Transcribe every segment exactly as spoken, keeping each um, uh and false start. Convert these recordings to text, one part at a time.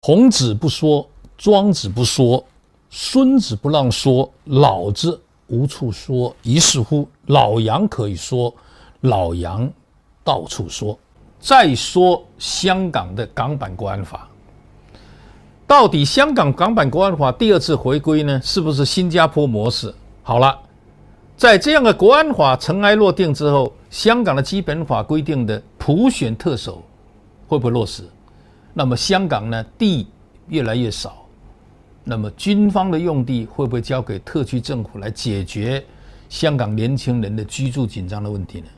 孔子不说，庄子不说，孙子不让说，老子无处说。于是乎，老杨可以说，老杨到处说。再说香港的港版国安法，到底香港港版国安法第二次回归呢，是不是新加坡模式？好了，在这样的国安法尘埃落定之后，香港的基本法规定的普选特首会不会落实？那么香港呢，地越来越少，那么军方的用地会不会交给特区政府来解决香港年轻人的居住紧张的问题呢？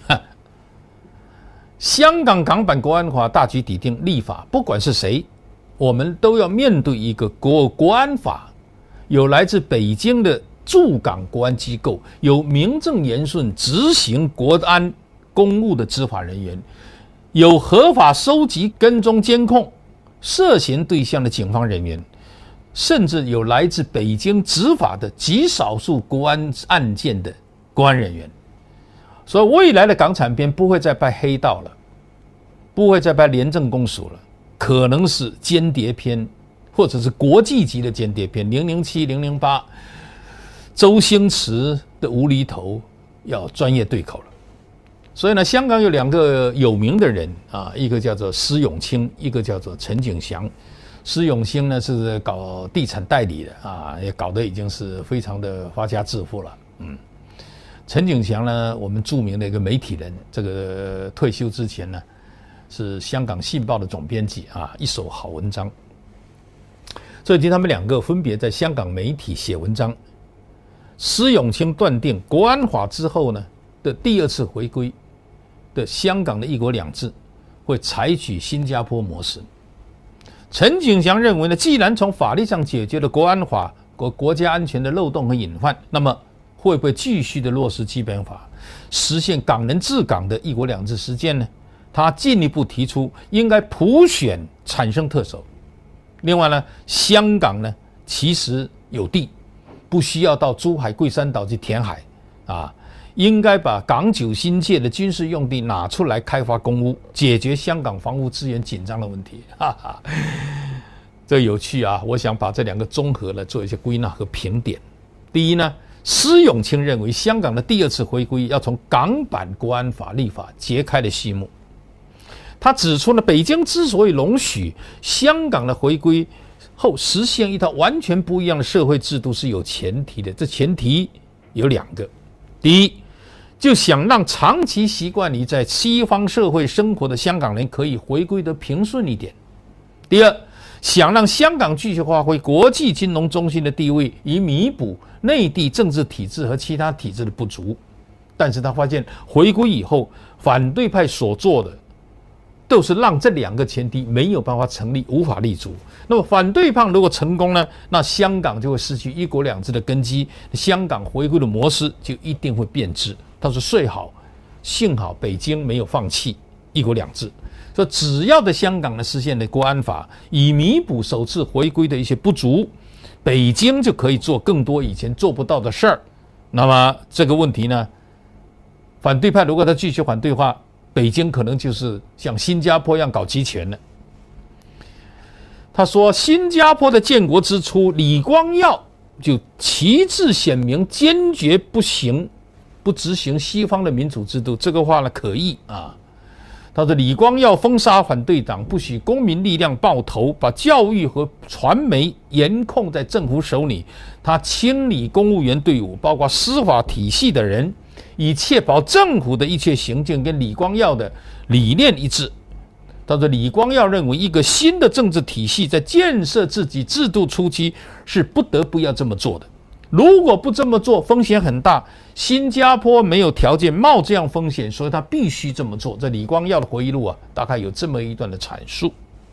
香港港版国安法大局已定，立法不管是谁，我们都要面对一个国国安法，有来自北京的驻港国安机构，有名正言顺执行国安公务的执法人员，有合法收集、跟踪、监控涉嫌对象的警方人员，甚至有来自北京执法的极少数国安案件的国安人员。所以未来的港产片不会再拍黑道了，不会再拍廉政公署了，可能是间谍片，或者是国际级的间谍片，零零七、零零八，周星驰的无厘头要专业对口了。所以呢，香港有两个有名的人啊，一个叫做施永青，一个叫做陈景祥。施永青呢是搞地产代理的啊，也搞得已经是非常的发家致富了。嗯，陈景祥呢，我们著名的一个媒体人，这个退休之前呢，是香港信报的总编辑啊，一手好文章。最近他们两个分别在香港媒体写文章。施永青断定国安法之后呢的第二次回归的香港的一国两制会采取新加坡模式。陈景祥认为呢，既然从法律上解决了国安法国国家安全的漏洞和隐患，那么会不会继续的落实基本法，实现港人治港的一国两制实践呢？他进一步提出应该普选产生特首。另外呢，香港呢其实有地，不需要到珠海、桂山岛去填海啊，应该把港九新界的军事用地拿出来开发公屋，解决香港房屋资源紧张的问题。哈哈，这有趣啊！我想把这两个综合了做一些归纳和评点。第一呢，施永青认为香港的第二次回归要从港版国安法立法揭开了序幕。他指出呢，北京之所以容许香港的回归后实现一套完全不一样的社会制度是有前提的，这前提有两个。第一，就想让长期习惯于在西方社会生活的香港人可以回归得平顺一点。第二，想让香港继续发挥国际金融中心的地位，以弥补内地政治体制和其他体制的不足。但是他发现回归以后，反对派所做的都是让这两个前提没有办法成立，无法立足。那么反对派如果成功呢，那香港就会失去一国两制的根基，香港回归的模式就一定会变质。他说最好，幸好北京没有放弃一国两制，说只要在香港呢实现了国安法，以弥补首次回归的一些不足，北京就可以做更多以前做不到的事儿。那么这个问题呢，反对派如果他继续反对的话，北京可能就是像新加坡一样搞集权了。他说，新加坡的建国之初，李光耀就旗帜鲜明，坚决不行、不执行西方的民主制度。这个话呢可议啊。他说，李光耀封杀反对党，不许公民力量抱头，把教育和传媒严控在政府手里。他清理公务员队伍，包括司法体系的人，以确保政府的一切行径跟李光耀的理念一致。他说，李光耀认为一个新的政治体系在建设自己制度初期是不得不要这么做的，如果不这么做风险很大，新加坡没有条件冒这样风险，所以他必须这么做。这李光耀的回忆录啊，大概有这么一段的阐述。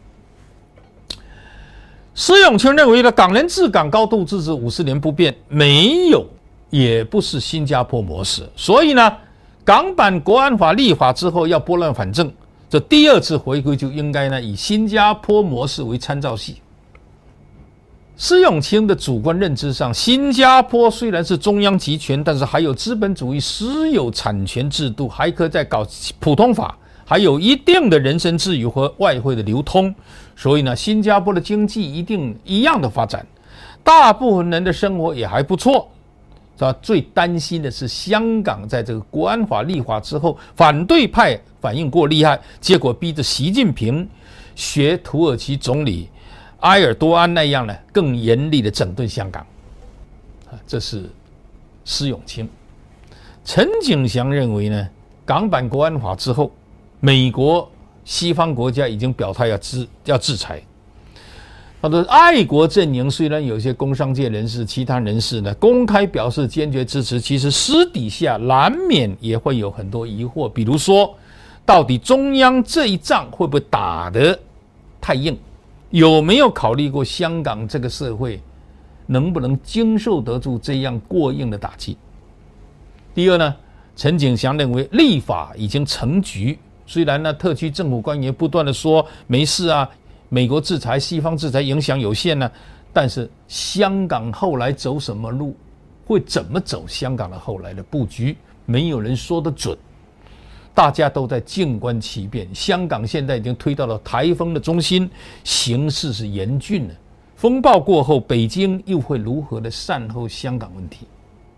施永青认为呢，港人治港高度自治五十年不变，没有也不是新加坡模式，所以呢，港版国安法立法之后要拨乱反正，这第二次回归就应该呢以新加坡模式为参照系。施永青的主观认知上，新加坡虽然是中央集权，但是还有资本主义私有产权制度，还可以再搞普通法，还还有一定的人身自由和外汇的流通，所以呢，新加坡的经济一定一样的发展，大部分人的生活也还不错。他最担心的是香港在这个国安法立法之后，反对派反应过厉害，结果逼着习近平学土耳其总理埃尔多安那样呢，更严厉的整顿香港。这是施永青。陈景祥认为呢，港版国安法之后，美国西方国家已经表态要制要制裁。他的爱国阵营虽然有些工商界人士、其他人士呢公开表示坚决支持，其实私底下难免也会有很多疑惑，比如说，到底中央这一仗会不会打得太硬？有没有考虑过香港这个社会能不能经受得住这样过硬的打击？第二呢，陈景祥认为立法已经成局，虽然呢特区政府官员不断的说没事啊。美国制裁、西方制裁影响有限呢，但是香港后来走什么路，会怎么走？香港的后来的布局，没有人说得准，大家都在静观其变。香港现在已经推到了台风的中心，形势是严峻的。风暴过后，北京又会如何的善后香港问题？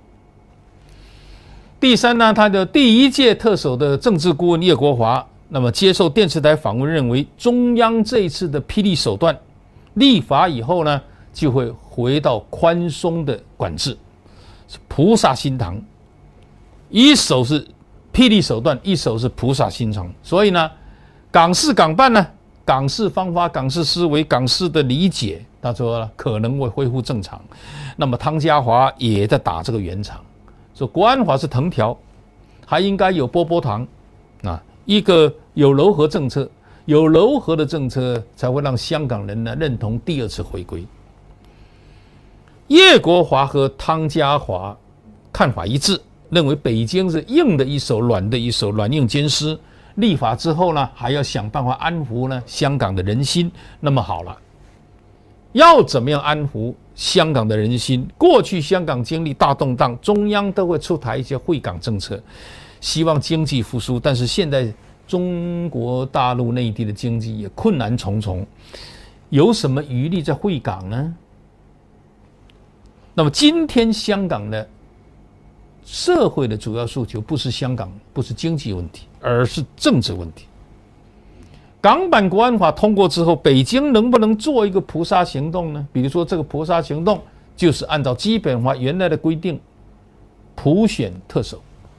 第三呢，他的第一届特首的政治顾问叶国华。那么接受电视台访问认为，中央这一次的霹雳手段，立法以后呢，就会回到宽松的管制，是菩萨心肠。一手是霹雳手段，一手是菩萨心肠。所以呢，港事港办呢，港事方法、港事思维、港事的理解，他说可能会恢复正常。那么汤家骅也在打这个圆场，说国安法是藤条，还应该有波波糖啊。一个有柔和政策，有柔和的政策才会让香港人呢认同第二次回归。叶国华和汤家骅看法一致，认为北京是硬的一手，软的一手，软硬兼施。立法之后呢，还要想办法安抚呢香港的人心。那么好了，要怎么样安抚香港的人心？过去香港经历大动荡，中央都会出台一些惠港政策。希望经济复苏，但是现在中国大陆内地的经济也困难重重，有什么余力在惠港呢？那么今天香港的社会的主要诉求不是香港，不是经济问题，而是政治问题。港版国安法通过之后，北京能不能做一个菩萨行动呢？比如说这个菩萨行动就是按照基本法原来的规定，普选特首。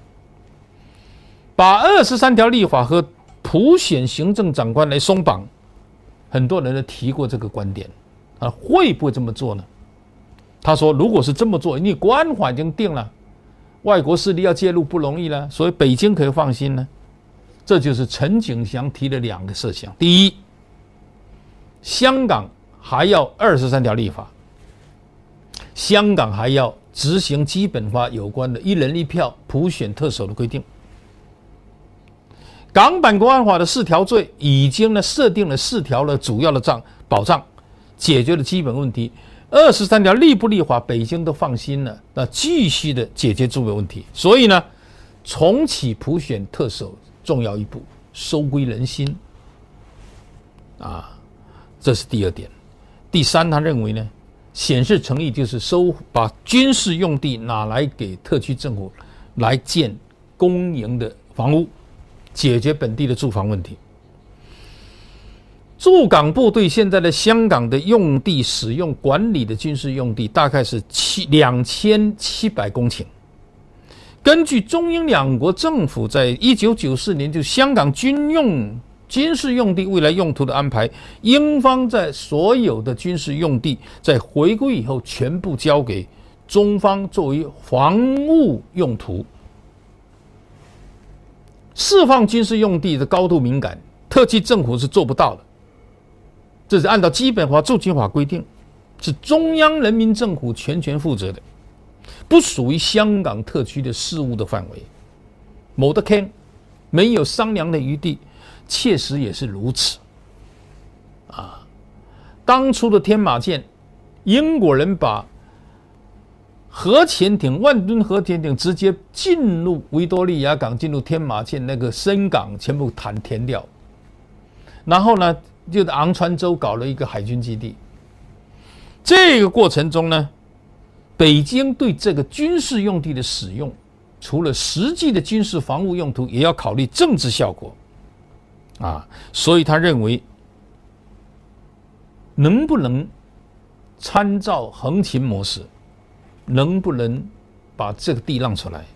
把二十三条立法和普选行政长官来松绑，很多人都提过这个观点啊，会不会这么做呢？他说，如果是这么做，你国安法已经定了，外国势力要介入不容易了，所以北京可以放心呢。这就是陈景祥提的两个设想：第一，香港还要二十三条立法，香港还要执行基本法有关的一人一票普选特首的规定。港版国安法的四条罪已经呢设定了四条的主要的障保障，解决了基本问题。二十三条立不立法，北京都放心了，那继续的解决诸位问题。所以呢，重启普选特首重要一步，收归人心啊，这是第二点。第三，他认为呢，显示诚意就是收把军事用地拿来给特区政府来建公营的房屋。解决本地的住房问题。驻港部队现在的香港的用地使用管理的军事用地大概是七两千七百公顷。根据中英两国政府在一九九四年就香港军用军事用地未来用途的安排，英方在所有的军事用地在回归以后全部交给中方作为防务用途。释放军事用地的高度敏感，特区政府是做不到的。这是按照基本法、驻军法规定，是中央人民政府全权负责的，不属于香港特区的事务的范围。冇得傾，没有商量的余地，确实也是如此。啊，当初的天马舰，英国人把核潜艇、万吨核潜艇直接进入维多利亚港、进入天马线那个深港，全部弹填掉。然后呢，就在昂船洲搞了一个海军基地。这个过程中呢，北京对这个军事用地的使用，除了实际的军事防务用途，也要考虑政治效果啊。所以他认为，能不能参照横琴模式，能不能把这个地让出来？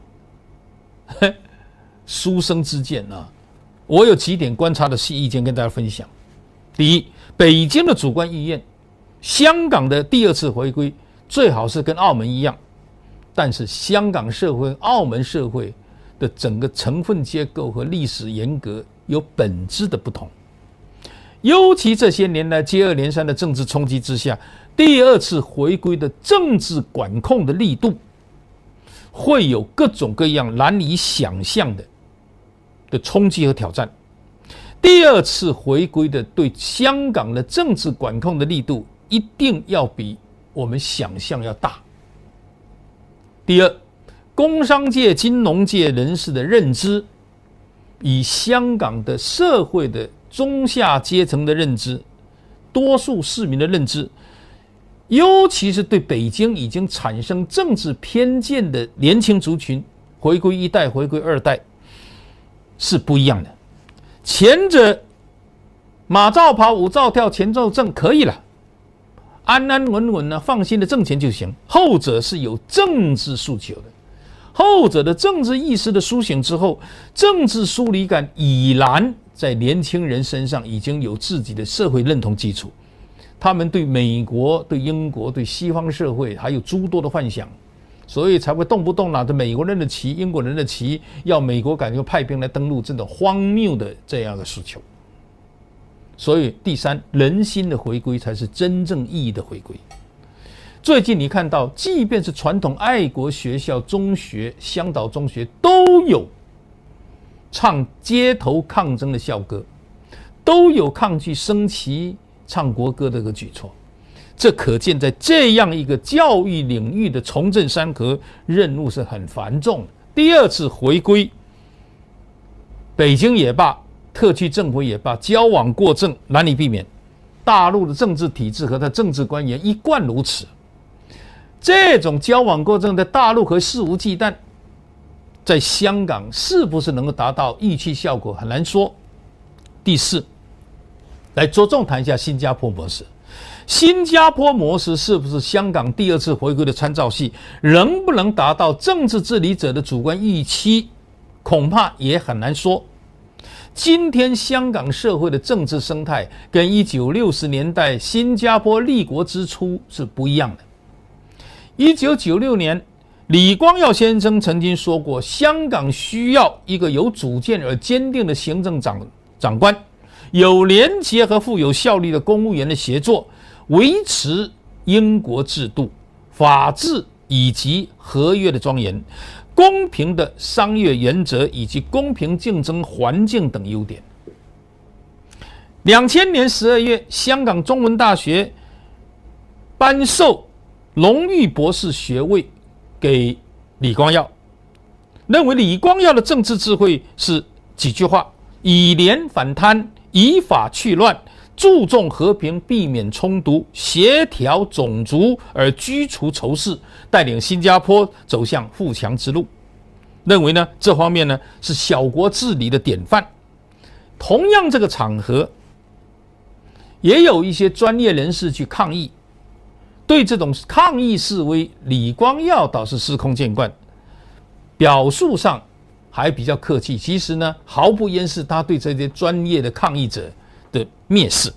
书生之见啊，我有几点观察的意见跟大家分享。第一，北京的主观意愿，香港的第二次回归最好是跟澳门一样，但是香港社会、澳门社会的整个成分结构和历史沿革有本质的不同。尤其这些年来接二连三的政治冲击之下，第二次回归的政治管控的力度，会有各种各样难以想象的的冲击和挑战。第二次回归的对香港的政治管控的力度，一定要比我们想象要大。第二，工商界、金融界人士的认知，以香港的社会的中下阶层的认知，多数市民的认知，尤其是对北京已经产生政治偏见的年轻族群，回归一代、回归二代是不一样的。前者马照跑、舞照跳、钱照挣可以了，安安稳稳呢，放心的挣钱就行。后者是有政治诉求的，后者的政治意识的苏醒之后，政治疏离感已然在年轻人身上已经有自己的社会认同基础。他们对美国、对英国、对西方社会还有诸多的幻想，所以才会动不动拿着美国人的旗、英国人的旗，要美国赶快派兵来登陆，这种荒谬的这样的诉求。所以第三，人心的回归才是真正意义的回归。最近你看到，即便是传统爱国学校、中学、香岛中学都有唱街头抗争的校歌，都有抗拒升旗、唱国歌的一个举措。这可见在这样一个教育领域的重振山河任务是很繁重的。第二次回归，北京也罢，特区政府也罢，矫枉过正难以避免。大陆的政治体制和他政治官员一贯如此。这种矫枉过正的大陆和肆无忌惮，在香港是不是能够达到预期效果，很难说。第四，来着重谈一下新加坡模式。新加坡模式是不是香港第二次回归的参照系？能不能达到政治治理者的主观预期，恐怕也很难说。今天香港社会的政治生态跟一九六十年代新加坡立国之初是不一样的。一九九六年，李光耀先生曾经说过，香港需要一个有主见而坚定的行政长长官，有廉洁和富有效率的公务员的协作，维持英国制度、法治以及合约的庄严，公平的商业原则以及公平竞争环境等优点。两千年十二月，香港中文大学颁授荣誉博士学位给李光耀，认为李光耀的政治智慧是几句话：以廉反贪，以法去乱，注重和平，避免冲突，协调种族而驱除仇视，带领新加坡走向富强之路。认为呢，这方面呢是小国治理的典范。同样这个场合，也有一些专业人士去抗议，对这种抗议示威，李光耀倒是司空见惯，表述上还比较客气，其实呢毫不掩饰他对这些专业的抗议者的蔑视。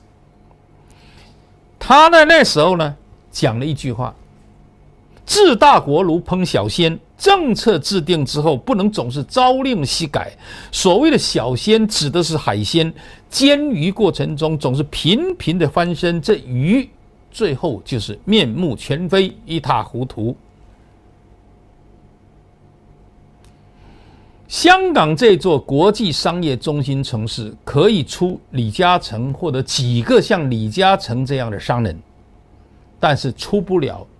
他在那时候呢讲了一句话：治大国如烹小鲜，政策制定之后不能总是朝令夕改。所谓的小鲜指的是海鲜，煎鱼过程中总是频频的翻身，这鱼最后就是面目全非，一塌糊涂。香港这座国际商业中心城市可以出李嘉诚或者几个像李嘉诚这样的商人，但是出不了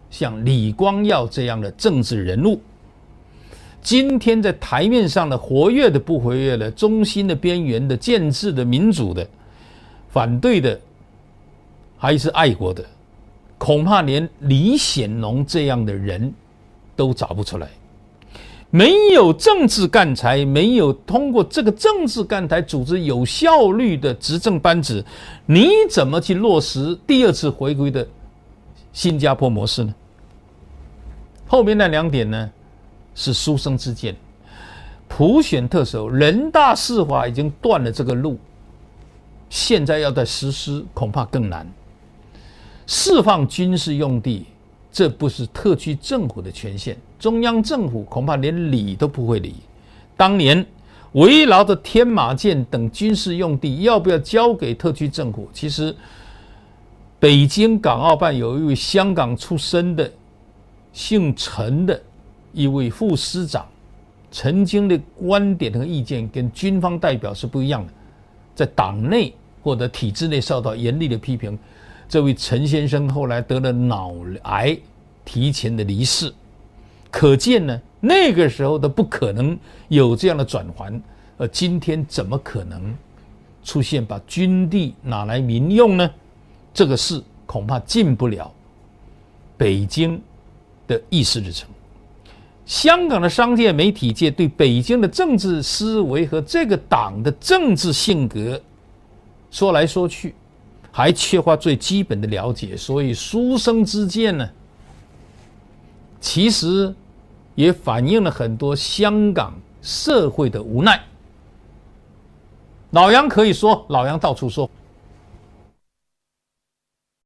像李光耀这样的政治人物。今天在台面上的活跃的、不活跃的、中心的、边缘的、建制的、民主的、反对的，还是爱国的，恐怕连李显龙这样的人都找不出来。没有政治干才，没有通过这个政治干台组织有效率的执政班子，你怎么去落实第二次回归的新加坡模式呢？后面那两点呢，是书生之见。普选特首，人大释法已经断了这个路，现在要再实施恐怕更难。释放军事用地，这不是特区政府的权限，中央政府恐怕连理都不会理。当年围绕着天马舰等军事用地要不要交给特区政府，其实北京港澳办有一位香港出身的姓陈的一位副司长，曾经的观点和意见跟军方代表是不一样的，在党内或者体制内受到严厉的批评。这位陈先生后来得了脑癌，提前的离世，可见呢，那个时候都不可能有这样的转圜，而今天怎么可能出现把军地拿来民用呢？这个事恐怕进不了北京的议事日程。香港的商界、媒体界对北京的政治思维和这个党的政治性格，说来说去还缺乏最基本的了解，所以书生之见呢，其实也反映了很多香港社会的无奈。老杨可以说，老杨到处说。